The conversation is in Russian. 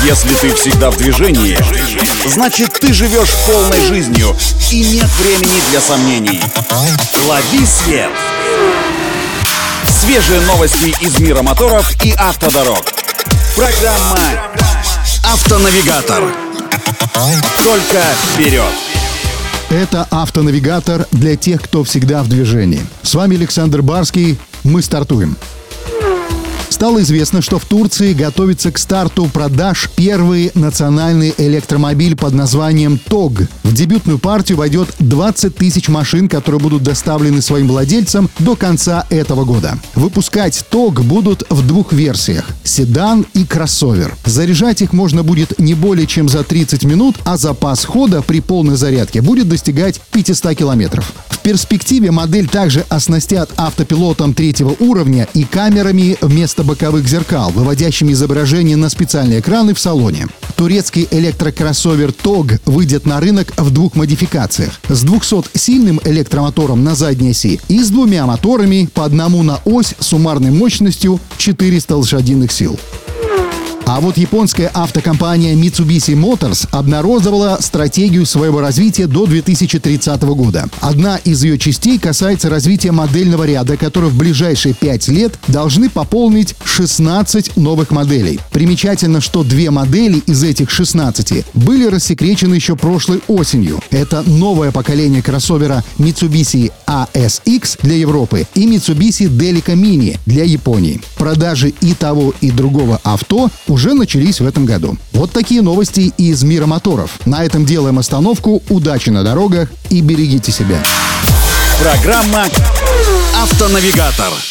Если ты всегда в движении, значит ты живешь полной жизнью и нет времени для сомнений. Лови свет! Свежие новости из мира моторов и автодорог. Программа «Автонавигатор». Только вперед! Это «Автонавигатор» для тех, кто всегда в движении. С вами Александр Барский. Мы стартуем. Стало известно, что в Турции готовится к старту продаж первый национальный электромобиль под названием «Тог». В дебютную партию войдет 20 тысяч машин, которые будут доставлены своим владельцам до конца этого года. Выпускать «Тог» будут в двух версиях – седан и кроссовер. Заряжать их можно будет не более чем за 30 минут, а запас хода при полной зарядке будет достигать 500 километров. В перспективе модель также оснастят автопилотом третьего уровня и камерами вместо боковых зеркал, выводящими изображение на специальные экраны в салоне. Турецкий электрокроссовер «Тог» выйдет на рынок в двух модификациях. С 200-сильным электромотором на задней оси и с двумя моторами, по одному на ось с суммарной мощностью 400 лошадиных сил. А вот японская автокомпания Mitsubishi Motors обнародовала стратегию своего развития до 2030 года. Одна из ее частей касается развития модельного ряда, который в ближайшие 5 лет должны пополнить 16 новых моделей. Примечательно, что 2 модели из этих 16 были рассекречены еще прошлой осенью. Это новое поколение кроссовера Mitsubishi ASX для Европы и Mitsubishi Delica Mini для Японии. Продажи и того, и другого авто уже начались в этом году. Вот такие новости из мира моторов. На этом делаем остановку. Удачи на дорогах и берегите себя. Программа «Автонавигатор».